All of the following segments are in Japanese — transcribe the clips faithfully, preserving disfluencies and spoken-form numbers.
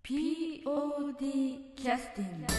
ピーオーディー キャスティング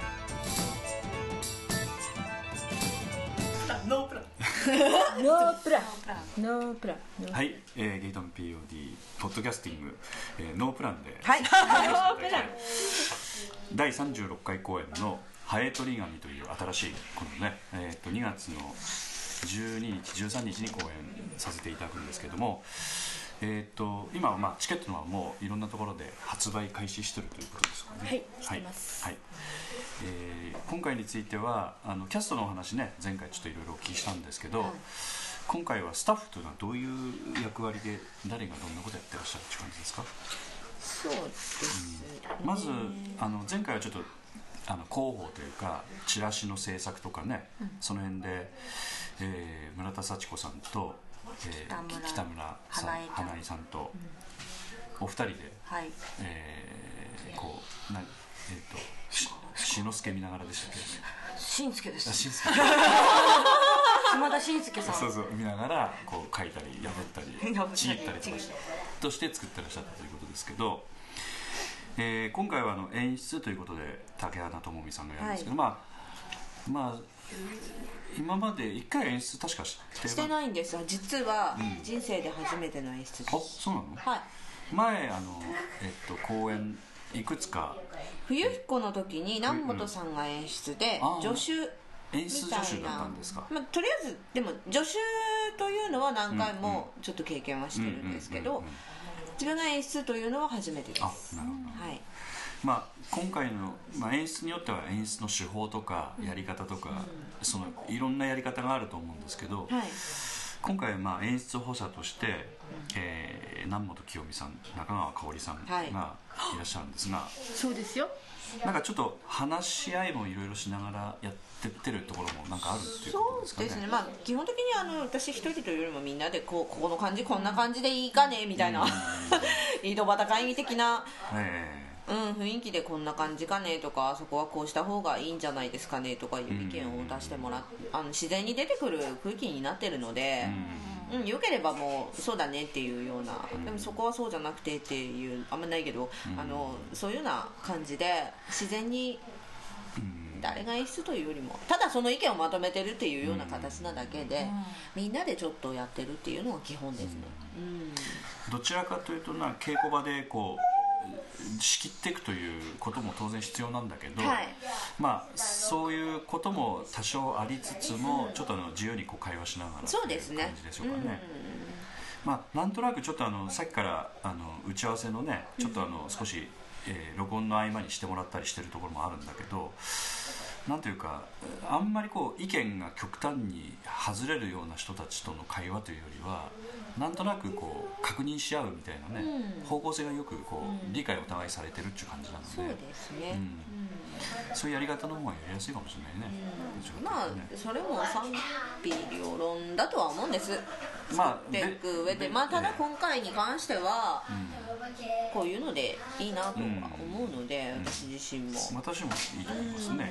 ノープランノープランノープランはい、えー、ゲイトン ピーオーディー ポッドキャスティング、えー、ノープランではいノープランだいさんじゅうろっかい公演のハエトリ紙という新しいこのね、えー、とにがつのじゅうににちじゅうさんにちに公演させていただくんですけども、えー、と今はまあチケットのはもういろんなところで発売開始してるということですかね。 はいしてます、 はいはい。えー、今回についてはあのキャストのお話ね、前回ちょっといろいろお聞きしたんですけど、はい、今回はスタッフというのはどういう役割で誰がどんなことやってらっしゃるっていう感じですか？ そうですね、 うん、まずあの前回はちょっとあの広報というかチラシの制作とかね、うん、その辺で、えー、村田幸子さんと、えー、北村、北村さん花井さんと、うん、お二人で、はい、えー、こうなえっ、ー、と志の輔見ながらでしたっけ？ 新助です。 新助島田紳介さん。 そうそう見ながらこう書いたりやめたりちぎったりとかとして作ってらっしゃったということですけど、えー、今回はあの演出ということで竹花智美さんがやるんですけど、はい、まあまあ今まで一回演出確かしてしてないんです。実は人生で初めての演出です。 うん、あ、そうなの？ はい。 前あのえっと公演いくつか冬彦の時に南本さんが演出で、うんうん、助手演出助手だったんですか？ まあ、とりあえずでも助手というのは何回もちょっと経験はしてるんですけど、自分が演出というのは初めてです。 あ、なるほど、 はい。 まあ、今回の、まあ、演出によっては演出の手法とかやり方とか、うん、そのいろんなやり方があると思うんですけど、はい、今回はまあ演出補佐として、うん、えー、南本清美さん、中川香織さんがいらっしゃるんですが、はい、 そうですよ。 なんかちょっと話し合いもいろいろしながらやってってるところもなんかあるっていうことですかね。 そうですね、まあ、基本的にあの私一人というよりもみんなでこうここの感じこんな感じでいいかねみたいな、井戸端会議的な、えーうん、雰囲気でこんな感じかねとか、そこはこうした方がいいんじゃないですかねとかいう意見を出してもらって、あの自然に出てくる空気になってるので、うん、よければもうそうだねっていうような、でもそこはそうじゃなくてっていうあんまないけど、あのそういうような感じで自然に誰が演出というよりもただその意見をまとめてるっていうような形なだけで、みんなでちょっとやってるっていうのが基本ですね。うん、 どちらかというとな稽古場でこう仕切っていくということも当然必要なんだけど、はい、まあそういうことも多少ありつつもちょっとあの自由にこう会話しながらそうですね、 感じでしょうかね。うん、まあ、なんとなくちょっとあのさっきからあの打ち合わせのねちょっとあの少し、えー、録音の合間にしてもらったりしてるところもあるんだけど、なんというかあんまりこう意見が極端に外れるような人たちとの会話というよりはなんとなくこう確認し合うみたいなね、うん、方向性がよくこう、うん、理解をお互いされてるっていう感じなので、 そうですね、うんうん、そういうやり方の方がやりやすいかもしれないね。 うん、まあそれも賛否両論だとは思うんです。 まあ、 でいく上で、まあ、ただ今回に関しては、うん、こういうのでいいなとは思うので、うん、私自身も私もいいと思いますね。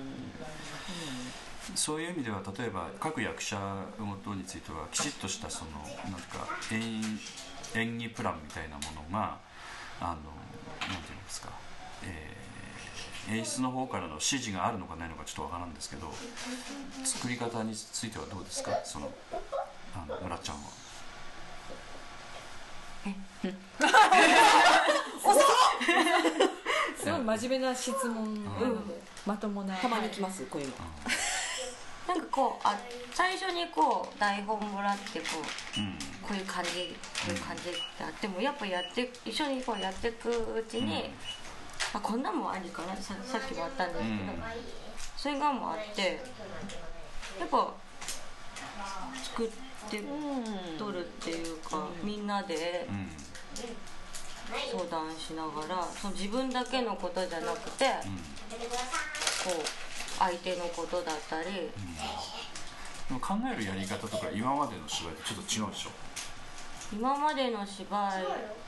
うん、そういう意味では例えば各役者ごとについてはきちっとしたそのなんか 演, 演技プランみたいなものがあのなんていうんですか、えー、演出の方からの指示があるのかないのかちょっとわからんですけど、作り方についてはどうですか、そのあの村ちゃんは。 えすごい真面目な質問、うん、まともな、 たまに来ますこういうの、 うん、なんかこうあ最初にこう台本もらってこう、うん、こういう感じこういう感じってあってもやっぱやって一緒にこうやっていくうちに、うん、あこんなんもありかな さ, さっきもあったんですけど、うん、それがもあってやっぱ作って取るっていうか、うん、みんなで相談しながらその自分だけのことじゃなくて、うん、こう相手のことだったり、うん、でも考えるやり方とか今までの芝居とちょっと違うでしょ。 今までの芝居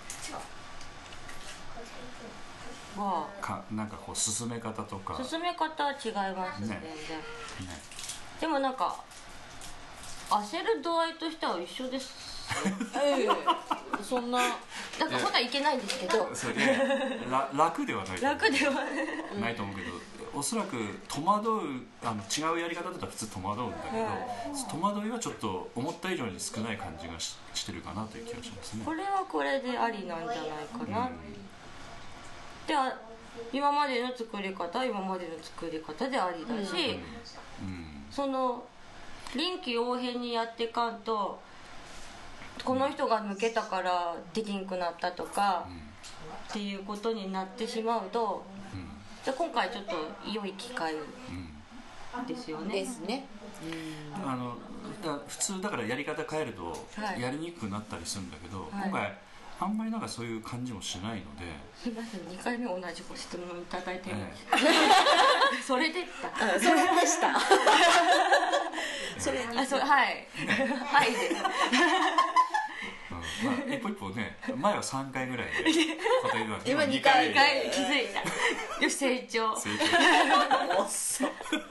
はかなんかこう進め方とか進め方は違いますね、全然、ね、でもなんか焦る度合いとしては一緒ですそんななんか本当はいけないんですけど、 それら楽ではない楽ではないと思うけど、おそらく戸惑うあの違うやり方だったら普通戸惑うんだけど、戸惑いはちょっと思った以上に少ない感じが し, してるかなという気がしますね。 これはこれでありなんじゃないかな、うん、で今までの作り方は今までの作り方でありだし、うんうん、その臨機応変にやっていかんと、この人が抜けたからできんくなったとか、うん、っていうことになってしまうと、うん、じゃあ今回ちょっと良い機会ですよね。 ですね。 うん、あのだ普通だからやり方変えるとやりにくくなったりするんだけど、はい、今回あんまりなんかそういう感じもしないので。 すみません、にかいめ同じご質問いただいてるんです、ええ、それでしたそれでしたそれにあそはいはいです、 うんまあ、一歩一歩ね、前はさんかいぐらいで答えるわけ今にかいにかい気づいたよし成長成長遅っ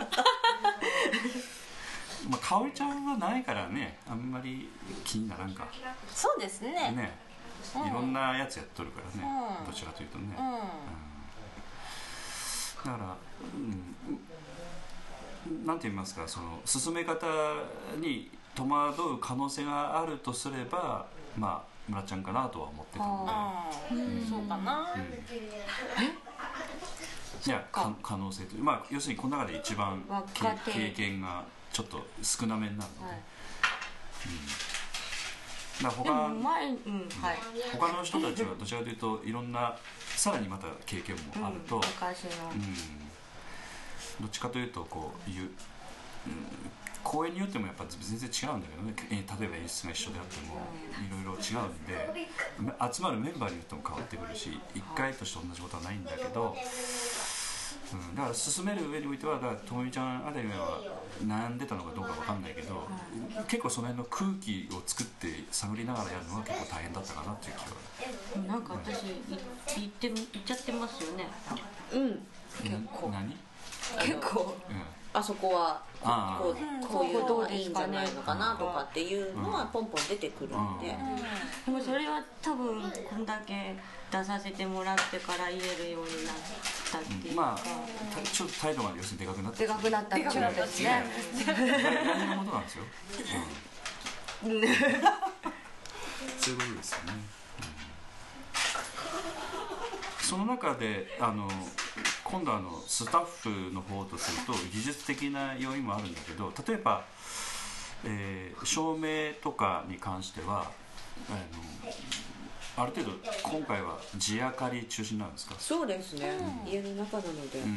まあ、かおりちゃんはないからね、あんまり気にならんか。 そうですねね、うん、いろんなやつやっとるからね、うん、どちらかというとね、うんうん、だから、うん、なんて言いますか、その進め方に戸惑う可能性があるとすれば、まあ村ちゃんかなとは思ってたので、 うん、そうかな、うん、 いやか可能性という、まあ、要するにこの中で一番経験がちょっと少なめになるので、はい、うん、だから 他, 前、うんはい、 他の人たちはどちらかというといろんなさらにまた経験もあると、うん昔のうん、どっちかというとこういう、うん、公演によってもやっぱ全然違うんだけどね、例えば演出が一緒であってもいろいろ違うんで、集まるメンバーによっても変わってくるし、一回として同じことはないんだけど、うん、だから進める上においては、ともみちゃんあたりは悩んでたのかどうか分かんないけど、うん、結構その辺の空気を作って探りながらやるのは結構大変だったかなっていう気は。 なんか私言って言っちゃってますよね。 うん結構何結構、うん、あそこはこう、こういうのがいいんじゃないのかなとかっていうのはポンポン出てくるんで、 でもそれは多分こんだけ出させてもらってから言えるようになったっていうか、まあちょっと態度が要するにでかくなったでかくなったっていうことですね。 大事なことなんですよ、うん、そういうことですよね、うん、その中であの今度あのスタッフの方とすると技術的な要因もあるんだけど、例えば、えー、照明とかに関してはあのある程度今回は地明かり中心なんですか？ そうですね、うん、家の中なので、うん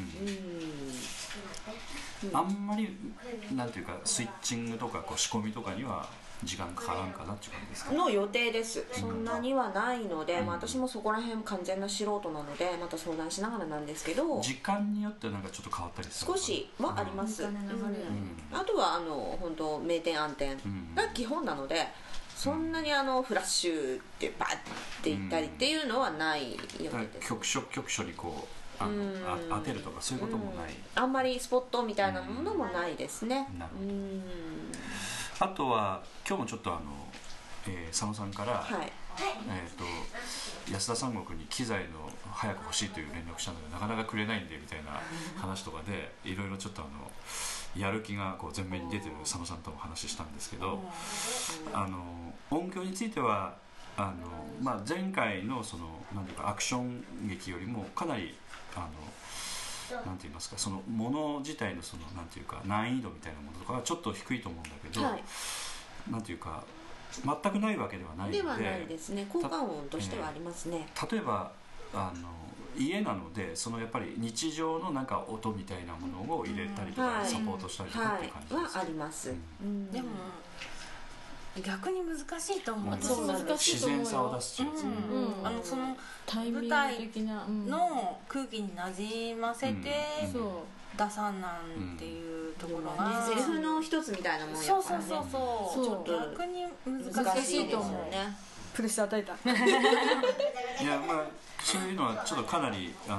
うん、あんまりなんていうかスイッチングとかこう仕込みとかには時間かからんかなっていう感じですか？ の予定です。そんなにはないので、うん、まあ、私もそこら辺完全な素人なのでまた相談しながらなんですけど、 時間によってなんかちょっと変わったりする少しはあります、うんうん、あとはあの本当明点暗点が基本なので、そんなにあのフラッシュってバッていったりっていうのはないようです。 局所局所にこうあのあ当てるとかそういうこともない、 あんまりスポットみたいなものもないですね。 なるほど。あとは今日もちょっとあの、えー、佐野さんから、はい、えー、と安田三国に機材の早く欲しいという連絡したのでなかなかくれないんでみたいな話とかでいろいろちょっとあのやる気がこう前面に出てる佐野さんとも話したんですけど、あの音響についてはあの、まあ、前回のそのなんていうかアクション劇よりもかなりあのなんて言いますか、そのもの自体のそのなんていうか難易度みたいなものとかはちょっと低いと思うんだけど、はい、なんていうか全くないわけではないので、 ではないですね。効果音としてはありますね。 えー、例えばあの家なのでそのやっぱり日常のなんか音みたいなものを入れたりとか、うん、サポートしたりとかっていう感じですか？ はいはい、はあります、 うん、でも逆に難しいと思う、うん、 そう難しいと思うよ。自然さを出すってやつ、 うんうん、あのその舞台の空気になじませて出さなんっていうところが、 セリフの一つみたいなもんやからね。 そうそうそうそう、逆に難しいと思うね。 プレッシャー与えた。 いや、まあそういうのはちょっとかなりあの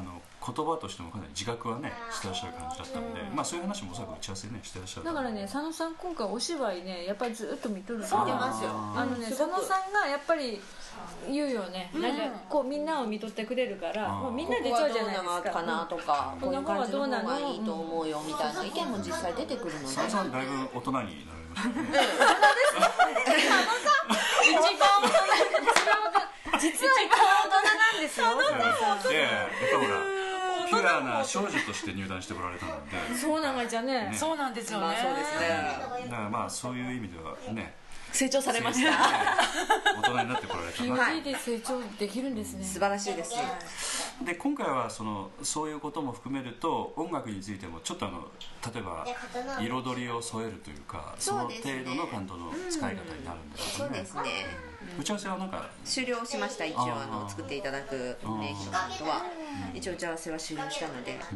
葉としてもかなり自覚はねしてらっしゃる感じだったので、まあそういう話もおそらく打ち合わせねしてらっしゃるだからね佐野さん今回お芝居ねやっぱりずっと見とるんでそう出ますよ。 あのね佐野さんがやっぱり言うよね、なんかこうみんなを見とってくれるからもうみんな出ちゃうじゃないですか。 ここはどうなのかなとか、こういう感じの方がいいと思うよみたいな意見も実際出てくるので、 佐野さんだいぶ大人になられましたね。 一番大人実は一番大人なんですよ。 いやいややっぱほらピュアな少女として入団してこられたので。 そうなんがじゃね。 そうなんですよね。 まあそうですね。 だからまあそういう意味ではね。 成長されました。 大人になってこられたな。 ピュアで成長できるんですね。 素晴らしいです。 で今回はそのそういうことも含めると音楽についてもちょっとあの例えば彩りを添えるというかその程度の感動の使い方になるんですよね。 そうですね。 打ち合わせはなんか終了しました。一応あの作っていただくネイキさんとは一応打ち合わせは終了したので。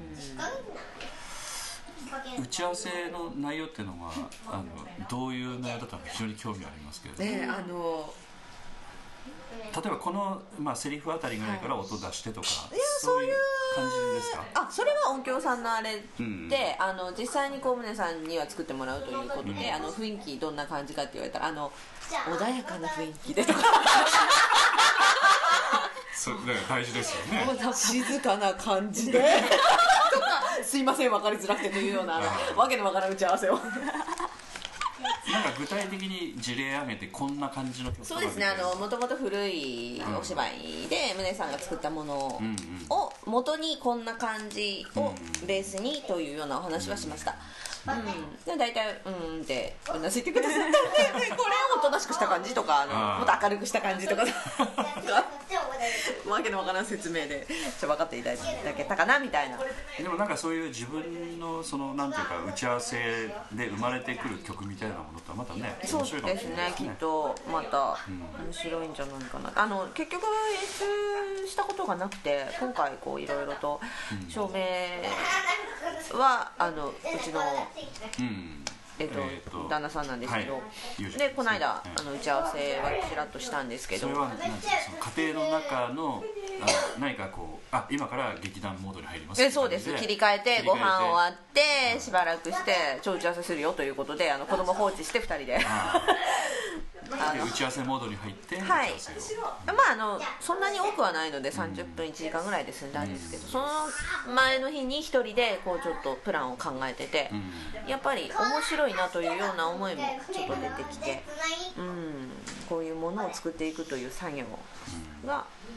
打ち合わせの内容っていうのはあのどういう内容だったのか非常に興味ありますけれども、 ね、あの例えばこの、まあ、セリフあたりぐらいから音出してとか、はい、そういう感じですか？ あ、それは音響さんのあれで、うん、あの実際にこう宗さんには作ってもらうということで、うん、あの雰囲気どんな感じかって言われたらあの穏やかな雰囲気でとかそうだから大事ですよね。 静かな感じでとかすいません分かりづらくてというようなわけのわからん打ち合わせをなんか具体的に事例挙げてこんな感じの曲。 そうですね、あのもともと古いお芝居で宗さんが作ったものを元にこんな感じをベースにというようなお話はしました。うん、で大体うんってうなずいてくださったんで、これをおとなしくした感じとかあのもっと明るくした感じとかわけのわからん説明でちょ分かっていただけたかなみたいな。 でもなんかそういう自分のそのなんていうか打ち合わせで生まれてくる曲みたいなものとはまたね面白いかもしれないですね。そうですね、きっとまた面白いんじゃないかな。あの結局演出したことがなくて今回こういろいろと照明はあのうちのうんえっとえー、と旦那さんなんですけど、はい、でこの間、はい、あの打ち合わせはちらっとしたんですけど、 それは何ですか、その家庭の中のあ何かこうあ今から劇団モードに入りますえそうです、切り替えてご飯終わってしばらくして超打ち合わせするよということであの子供放置してふたりであの打ち合わせモードに入ってはい、まああのそんなに多くはないのでさんじゅっぷんいちじかんぐらいで済んだんですけど、その前の日にひとりでこうちょっとプランを考えてて、やっぱり面白いなというような思いもちょっと出てきて、うん、こういうものを作っていくという作業が、うん、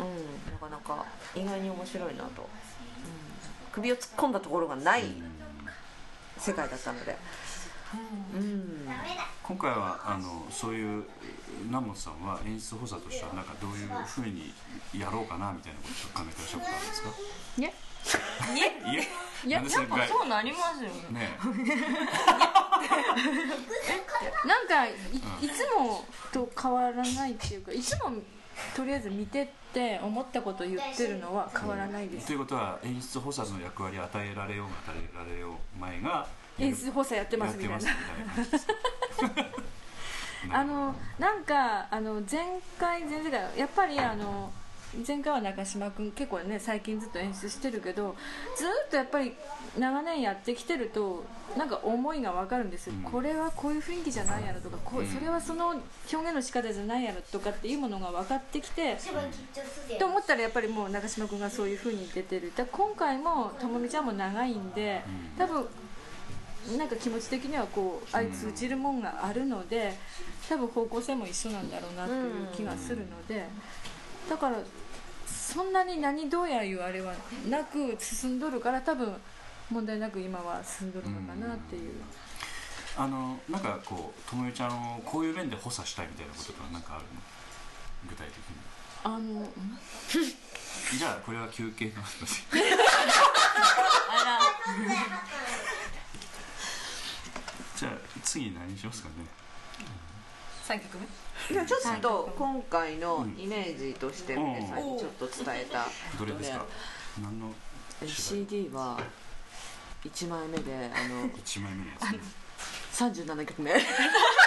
なかなか意外に面白いなと、うん、首を突っ込んだところがない世界だったので。うん、 今回はあのそういう南本さんは演出補佐としてはなんかどういうふうにやろうかなみたいなことを考えてらっしゃることあるんですか？ いえいや、なんかそうなりますよね。ねなんか い, いつもと変わらないっていうか、いつもとりあえず見てって思ったことを言ってるのは変わらないです。 ということは演出補佐の役割を与えられようが与えられよう前が演出補佐やってますみたいなあのなんかあの前回前々回やっぱりあの前回は中島君結構ね最近ずっと演出してるけどずっとやっぱり長年やってきてるとなんか思いが分かるんですよ、うん、これはこういう雰囲気じゃないやろとかこうそれはその表現の仕方じゃないやろとかっていうものが分かってきて、うん、と思ったらやっぱりもう中島君がそういう風に出てる。だ今回もともみちゃんも長いんで多分なんか気持ち的にはこうあいつじるもんがあるので多分方向性も一緒なんだろうなっていう気がするので、だからそんなに何どうやいうあれはなく進んどるから多分問題なく今は進んどるのかなっていう。 あのなんかこうともみちゃんをこういう面で補佐したいみたいなこととか何かあるの？具体的に。 あのじゃあこれは休憩の話あらじゃあ次何しますかね。 さんきょくめちょっと今回のイメージとして皆さんにちょっと伝えた、 どれですか？何のシーディー はいちまいめであのいちまいめのやつねさんじゅうななきょくめ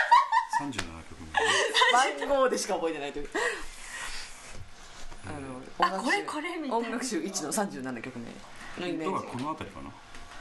さんじゅうななきょくめ番号でしか覚えてないというあのあこれこれみたいな音楽集いちのさんじゅうななきょくめのイメージ。 この辺りかな。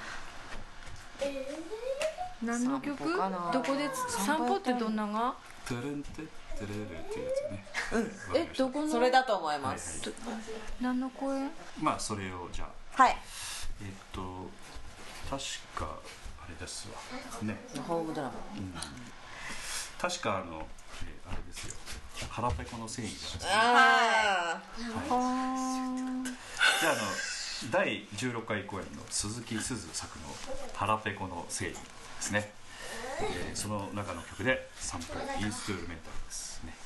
何の曲？どこで散歩ってどんなが？ トゥルンテッテレレっていうやつね。 うん。 え、どこの？ それだと思います。 はいはい、 何の公園？ まあそれをじゃあ。はい。 えっと確かあれですわ。ね。 ホームドラマ。 うん、確かあの、えー、あれですよ。腹ペコの正義ですね。 ああ。 はい。じゃああのだいじゅうろっかい公演の鈴木すず作の腹ペコの正義ですね。えー、その中の曲でサンプルインストゥルメンタルですね。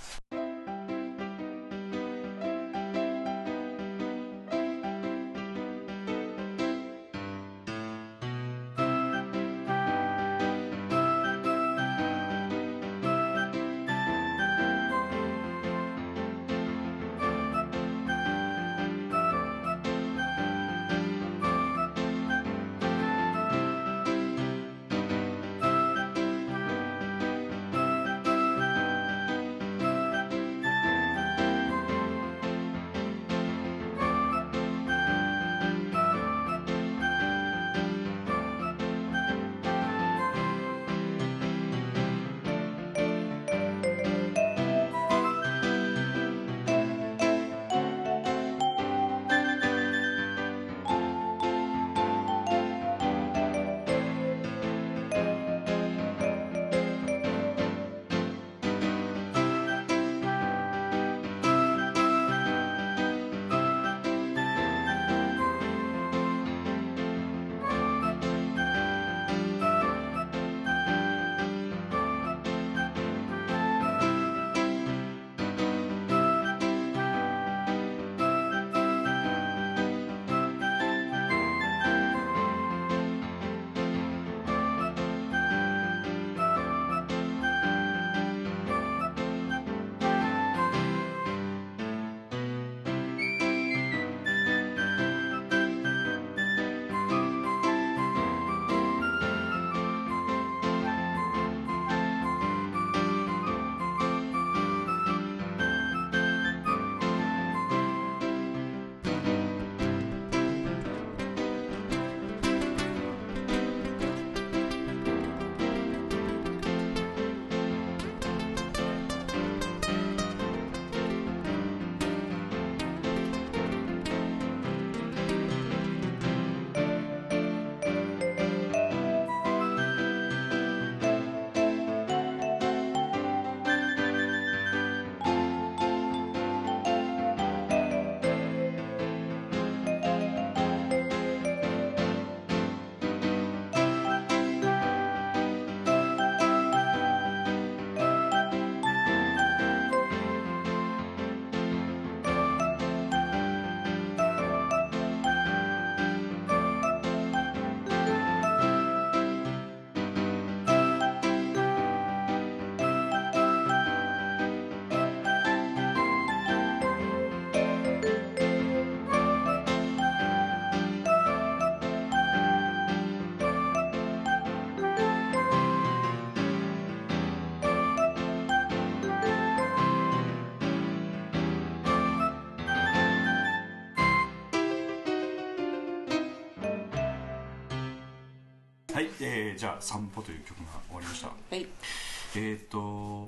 はい、えー、じゃあ散歩という曲が終わりました。はい。えっ、ー、と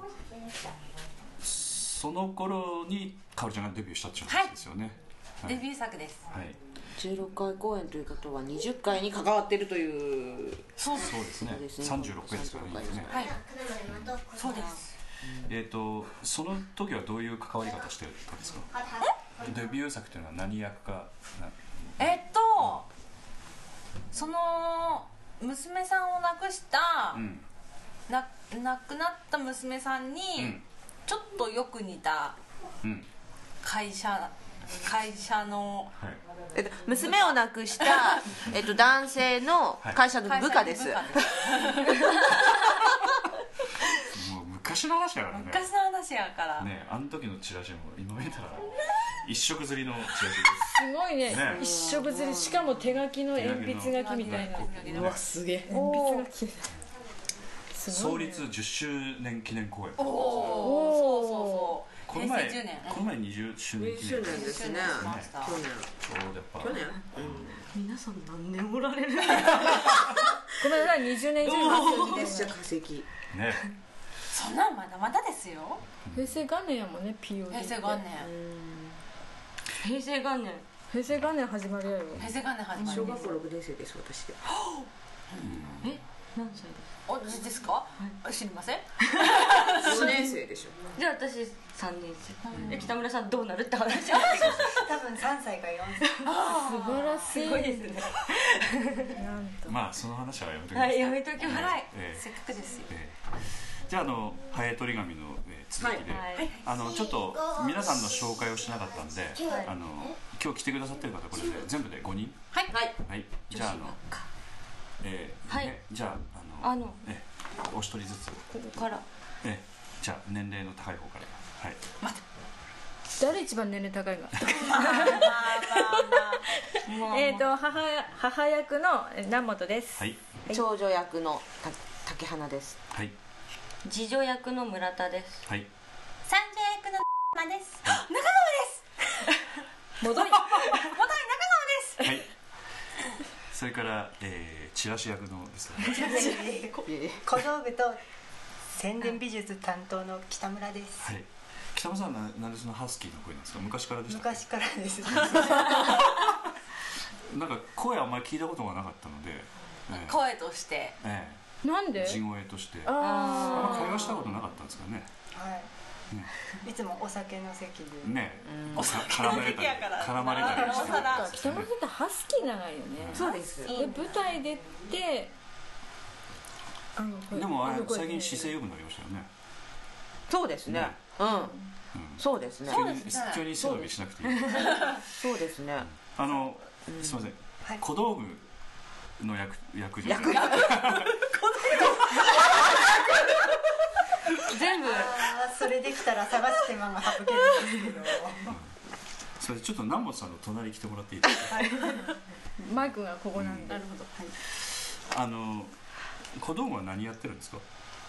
その頃にかおりちゃんがデビューしたっていう話ですよね。 はい、デビュー作です。 はい。じゅうろっかい公演ということはにじゅっかいに関わっているという。 そうですね。さんじゅうろっかいですからね。 はい。そうです。 えっ、ー、とその時はどういう関わり方してたんですか。デビュー作というのは何役か。 えっとその娘さんを亡くした、うん、な亡くなった娘さんに、うん、ちょっとよく似た会社、うん、会社の、 はい、えっと、娘を亡くした、えっと、男性の会社の部下です、はい、 もう昔の話だからね。 昔の話やからね、あの時のチラシも今見たら一色刷りのチラシです。 すごい ね, ね一色刷り、しかも手書きの鉛筆書きみたいな。うわ、すげえ。鉛筆書き創立じゅっしゅうねん記念公演。 おお、そうそうそう。 この前平成じゅうねんこの前にじゅっしゅうねん記じゅう念ねんですね。 しました去年ちょうどやっぱ去年皆さん何年おられるごめんなさいにじゅうねん以上いますよめっちゃ化石。 ねそんなんまだまだですよ。 平成元年やもんね ピーオーディー平成元年平成元年平成元年始まりやよ平成元年始まります小学校ろくねん生です私で。 え何歳ですおじですか、知りません。 ごねん生でしょ。 じゃあ私さんねん生、え北村さんどうなるって話多分さんさいかよんさい。 素晴らしいすごいですねなんとまあその話はやめときます、 はいやめときます、 はい、 ええせっかくですよ。 ええじゃああのハエ取り紙の、えー続きで、 はいあのちょっと皆さんの紹介をしなかったんで、あの今日来てくださってる方これで全部でごにん。 はいはい。 はい、じゃああの、えーはいねじゃああのあのえお一人ずつ、 ここからえじゃあ年齢の高い方から、はい、 誰一番年齢高いかまあまあまあえっと母母役の南本です、 はい長女役のた竹花です。 はい次女役の村田ですはい三女役のまです。 戻り元井中川です。 はいそれから、えー、チラシ役のですね小道具と宣伝美術担当の北村です。 はい北野さんはななんでそのハスキーの声なんですか？昔からでしたっけ？ 昔からです。 なんか声あんまり聞いたことがなかったので、えー声としてえなんでー、地声としてあんまあ会話したことなかったんですかね。 はい。いつもお酒の席で。 ねえ、絡まれたりやから絡まれたりしてなおさらあ北村さんってハスキー長いよねそうです。 で舞台出てあの声でもあれの声最近姿勢良くなりましたよね。 そうですね。うん。 うんそうですね。 急に急に背伸びしなくていい。 そうですね。 あのすみません、 はい小道具の役役じゃない。 全部ああ、それできたら探す手間が省けるんですけど。 それでちょっと南本さんの隣に来てもらっていいですか。 マイクがここなんで、 なるほど。 あの小道具は何やってるんですか。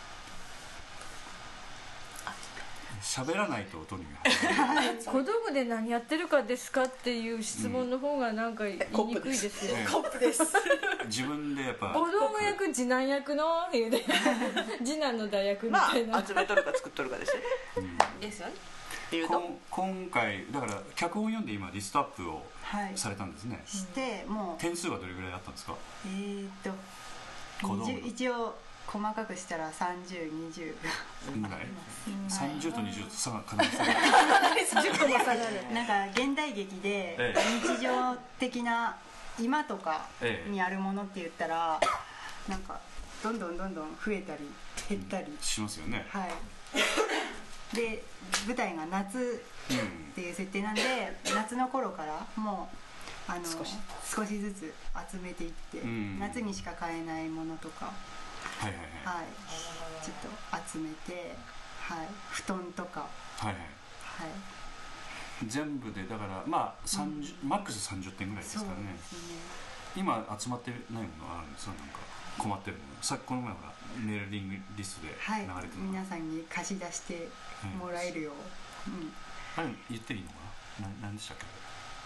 喋らないと音に入る。 小道具で何やってるかですかっていう質問の方がなんか言いにくいですよ、 ねコップです。 自分でやっぱ小道具役次男役の言うて次男の代役みまたいな、 あ集めとるか作っとるかですよ。 ですよね。 っていうと。 こん今回だから脚本読んで今リストアップをはい。 されたんですね。 してもう点数はどれぐらいあったんですか。 えーっと小道具にじゅう一応細かくしたらさんじゅう、にじゅうぐらい。三十と二十と差がかなり差が。 じゅっこも下がるなんか現代劇でえ日常的な今とかええにあるものって言ったらなんかどんどんどんどん増えたり減ったり、 しますよね。 はいで舞台が夏うんっていう設定なんで夏の頃からもうあの少し少しずつ集めていって、 うん夏にしか買えないものとか、 はいはいはいはい、ちょっと集めて、はい、布団とか、 はいはい。 はい、 全部でだからまあ三十マックス三十点ぐらいですそうからね。 ですね。 今集まってないものあるんですか。なんか困ってるもの。さっきこの前ほらメールリングリストではい流れてるの。 皆さんに貸し出してもらえるよう、うん、 あれ言っていいのかな。な何でしたっけ。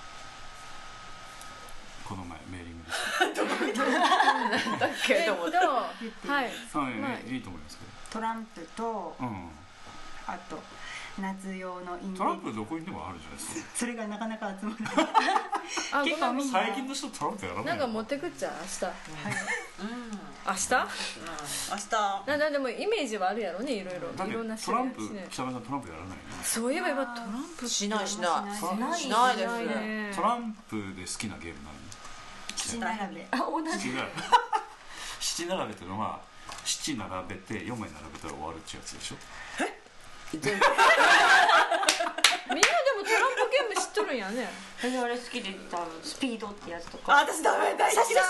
この前メーリングリスだけえっとども。 はいト。はい、 まあいいと思いますけトランプとど。うん。 あと夏用のインテトランプどこにでもあるじゃないですか。 それがなかなか集まらないあ結構ごめんみんな最近の人トランプやらないの。 なんか持ってくっちゃ明はい日明日明日。 ななでもイメージはあるやろねいろいろだっていろんなトランプ種類北村さんトランプやらないの。 そういえば今トランプしないしない。 しないしないですないね。 ねトランプで好きなゲームなの。 七並べあ同じ七並べ七並べっていうのは七並べてよんまい並べたら終わるっていうやつでしょ。 全部。 みんなでもトランプゲーム知っとるんやね私あれ好きで多分スピードってやつとか私ダメ大好きだ。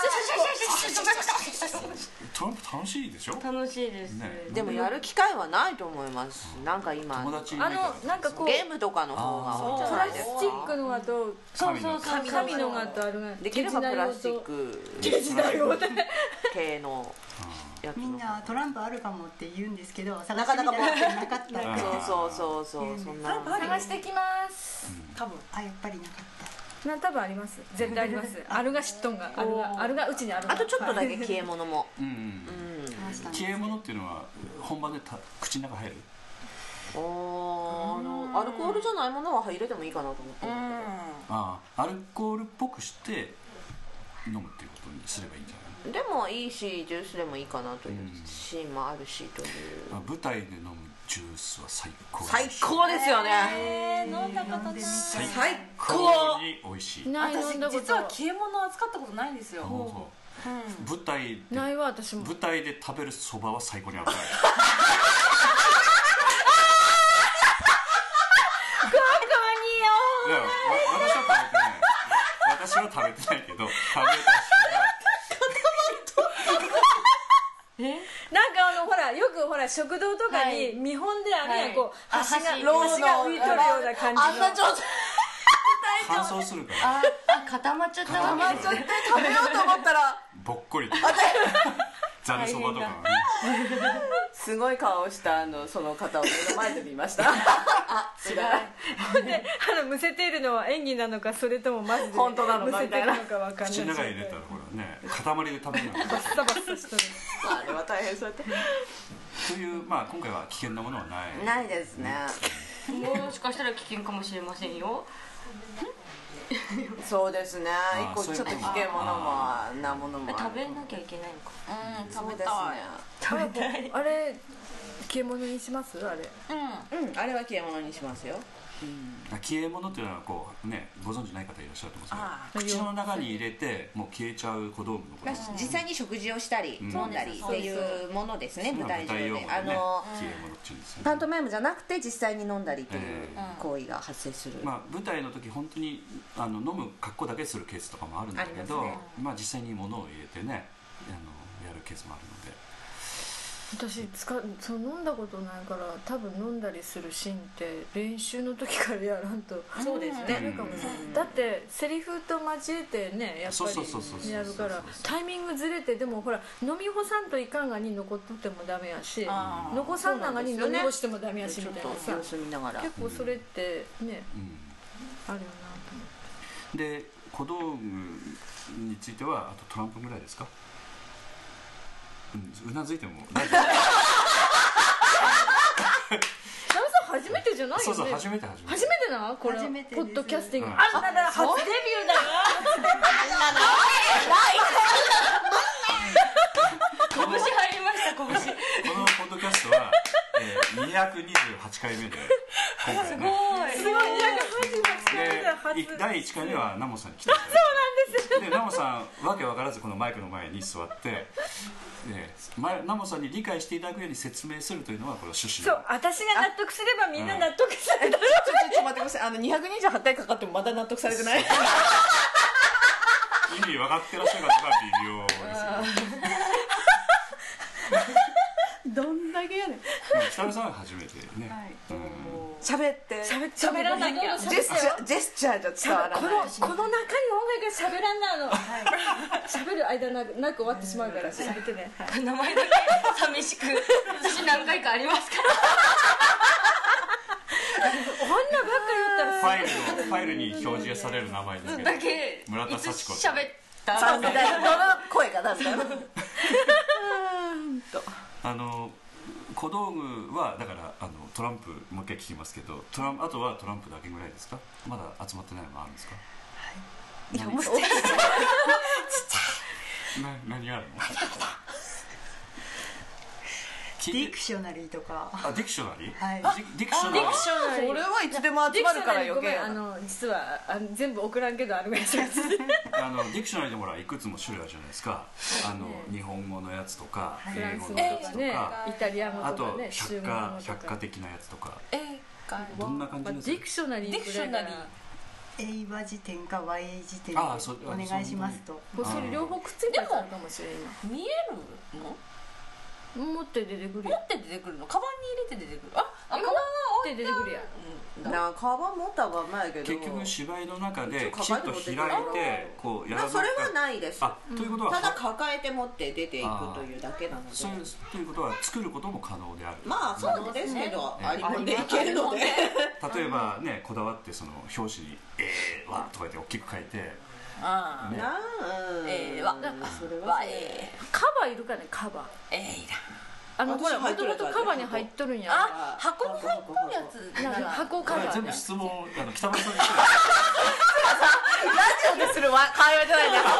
トランプ楽しいでしょ。 楽しいです、 ねでもやる機会はないと思います。なんか今友達いあないからのなんかこうゲームとかの方が多いんじゃプラスないですか。 チックのがとそうそうそう紙のがとあるができればプラスチック手品用と系のやつのみんなトランプあるかもって言うんですけど、探なしてみたかなか持ってらなかったってそうそうそうそうそんな探してきます多分あ、やっぱりなかったな多分あります絶対ありますあるが知っとんがあるがあるがうちにあるがあとちょっとだけ消え物もうんうん消え物っていうのは本番でた口の中入る？ あーあのアルコールじゃないものは入れてもいいかなと思ってああアルコールっぽくして飲むっていうことにすればいいんじゃない？ でもいいしジュースでもいいかなというシーンもあるしという、 まあ、舞台で飲むジュースは最高最高ですよね。 えー、飲んだことない最最高高に美味しい。 ない飲私んだこと実は消え物を扱ったことないんですよ。 あそううん舞台でないわ私も舞台で食べるそばは最高に甘い。いやわ私は食べてない私は食べてないけど食べた人がなんかあのほらよくほら食堂とかに見本であるやん、 はいこうあ箸が箸箸が浮いとるような感じのあんな状態乾燥するからああ固まっちゃったわけですね。 食べようと思ったらぼっこりとざるそばとかねすごい顔をしたあのその方を目の前で見ましたあ違うであのむせているのは演技なのかそれともマジで本当なのかむせてるのかわかんない口の中に入れたらほらね塊で食べるのバッサバッサしとるあれは大変そうやってというまあ今回は危険なものはないないですねもしかしたら危険かもしれませんよ。 そうですねあ一個ちょっと危険ものもなものもある食べなきゃいけないのか。 うんそうです食べたいね食べたい。 あれ消え物にしますあれうんうんあれは消え物にしますよ消え物っていうのはこうねご存知ない方いらっしゃると思あうんですけど口の中に入れてもう消えちゃう小道具のことですね実際に食事をしたりうん飲んだりっていうものですね舞台上用語でねであの消え物っていうんですよねパントマイムじゃなくて実際に飲んだりというえ行為が発生するまあ、舞台の時本当にあの飲む格好だけするケースとかもあるんだけどありますねまあ、実際に物を入れてねあのやるケースもあるので私使そう飲んだことないから多分飲んだりするシーンって練習の時からやらんとそうですねダメかもしれないだってセリフと交えてねやっぱそうそうそうそうそうりやるからタイミングずれてでもほら飲み干さんといかんがに残っとってもダメやしあー残さんながに飲み干してもダメやしちょっみたいなさと様子見ながら結構それってねうんあるよなと思ってで小道具についてはあとトランプぐらいですか、うん、うなずいても大丈夫ナムさん初めてじゃないよねそうそう初めて初めて初めてなこれ初めてですポッドキャスティング、 うんあんなだ初デビューだよ拳入りました拳。 このポッドキャストは、えー、にひゃくにじゅうはちかいめで今回ねすごいにひゃくはちじゅうはちかいめで初でいだいいっかいめはナモさんに来ていただいてそうなんですでナモさんわけわからずこのマイクの前に座ってで前ナモさんに理解していただくように説明するというのはこれは趣旨そう私が納得すればみんな納得するちょっとちょっと待ってくださいあのにひゃくにじゅうはちかいかかってもまだ納得されてない意味分かってらっしゃる方が微妙ですよどんだけやねん北村さんは初めてね、うん喋って喋しゃべらないどんどんジェスチャージェスチャーじゃ伝わらこないのこの中に音楽がしゃべらんなの喋る間なくなく終わってしまうからしゃべってねはい名前だけ寂しく私何回かありますから。 こんなばっかり言ったらファイルのファイルに表示される名前だけだけ村田いつ幸子さん喋ったさん世代どの声がなんだろうあの小道具はだからあのトランプもう一回聞きますけどトランあとはトランプだけぐらいですかまだ集まってないのあるんですかいやもうな何があるのディクショナリーとかあディクショナリーはいディディクショナリーディクショナリーそれはいつでも集まるから余計やあの実はあの全部送らんけどあるぐらいですあのディクショナリーでもほらいくつも種類あるじゃないですかあの日本語のやつとかフランス語英語のやつとかねとかイタリア語あととかね百科百科的なやつとかえがどんな感じまあですディクショナリーディクショナリー英和辞典か和英辞典であそうお願いしますとこれそれ両方くっついたやつあるかもしれん今見えるの持って出てくるよ持って出てくるのカバンに入れて出てくるああカバンはて出てくるやん。 だからカバン持ったままやけど結局芝居の中できちっと開いてこうやらそれはないです。 あということはただ抱えて持って出ていくというだけなので、 そういうということは作ることも可能である。 まあ可能ですけど、ありもんでいけるので、 例えばねこだわってその表紙に「えーわ」とか言って大きく書いてああ、 ねええわ、 それはわえカバーいるかね、カバー。 ええいらん。 あのほらもともとカバーに入っとるんや。 あ、箱に入っとるやつ。 なんか箱カバーね。 これ全部質問あの北村さんにしてるラジオでするわ会話じゃないんだ。そう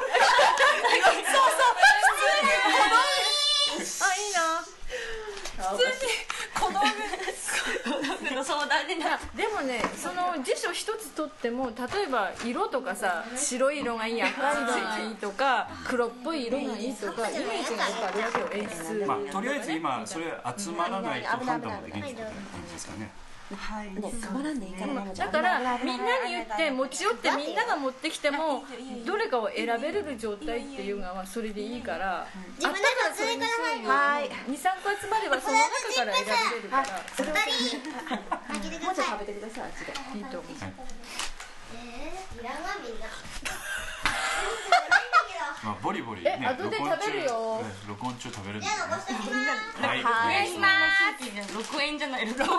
そう。 あ、いいな。 普通に小道具の相談になる。 でもね、その辞書一つとっても例えば色とかさ、白い色がいい、赤い色がいいとか黒っぽい色がいいとかイメージがやっぱあるわけよ、演出。 まあとりあえず今それ集まらないと判断もできないって感じですかね。 はいだからみんなに言って持ち寄ってみんなが持ってきてもどれかを選べれる状態っていうのはそれでいいから、 自分でそれからはい、にさんこ集まればその中から選べれるから、それを開けてください。 食べてください。あっちでいいと思う。 えー、いらんわみんな。 まあボリボリね、 え後で食べるよ。 録音中食べるんでじゃあ残しておきます。 はい、 お願いします。六円じゃない六円。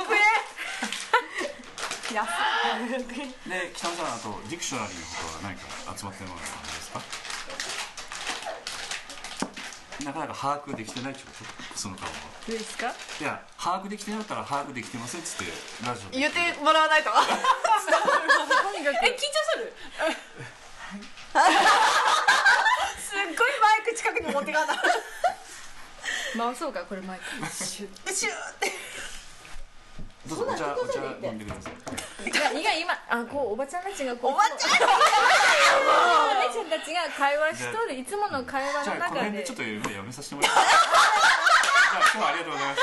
で北村さん、あとディクショナリーのことは何か集まってるものは何ですか？なかなか把握できてないってことその顔は。 どうですか？ いや把握できてなかったら把握できてませんっつってラジオで言ってもらわないと。 とにかくえ、緊張する。すっごいマイク近くに持ってかない。 回そうか、これマイク。 シュッシュッって。 どうぞお茶お茶飲んでください。 いや、いや今あこうおばちゃんたちがこうおばちゃん。 お姉ちゃんたちが会話しとるいつもの会話じゃの中であこの辺でちょっとやめさせてもらいます。じゃあ今日はありがとうございました。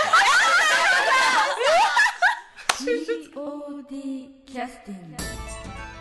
ジーオーディー キャスティング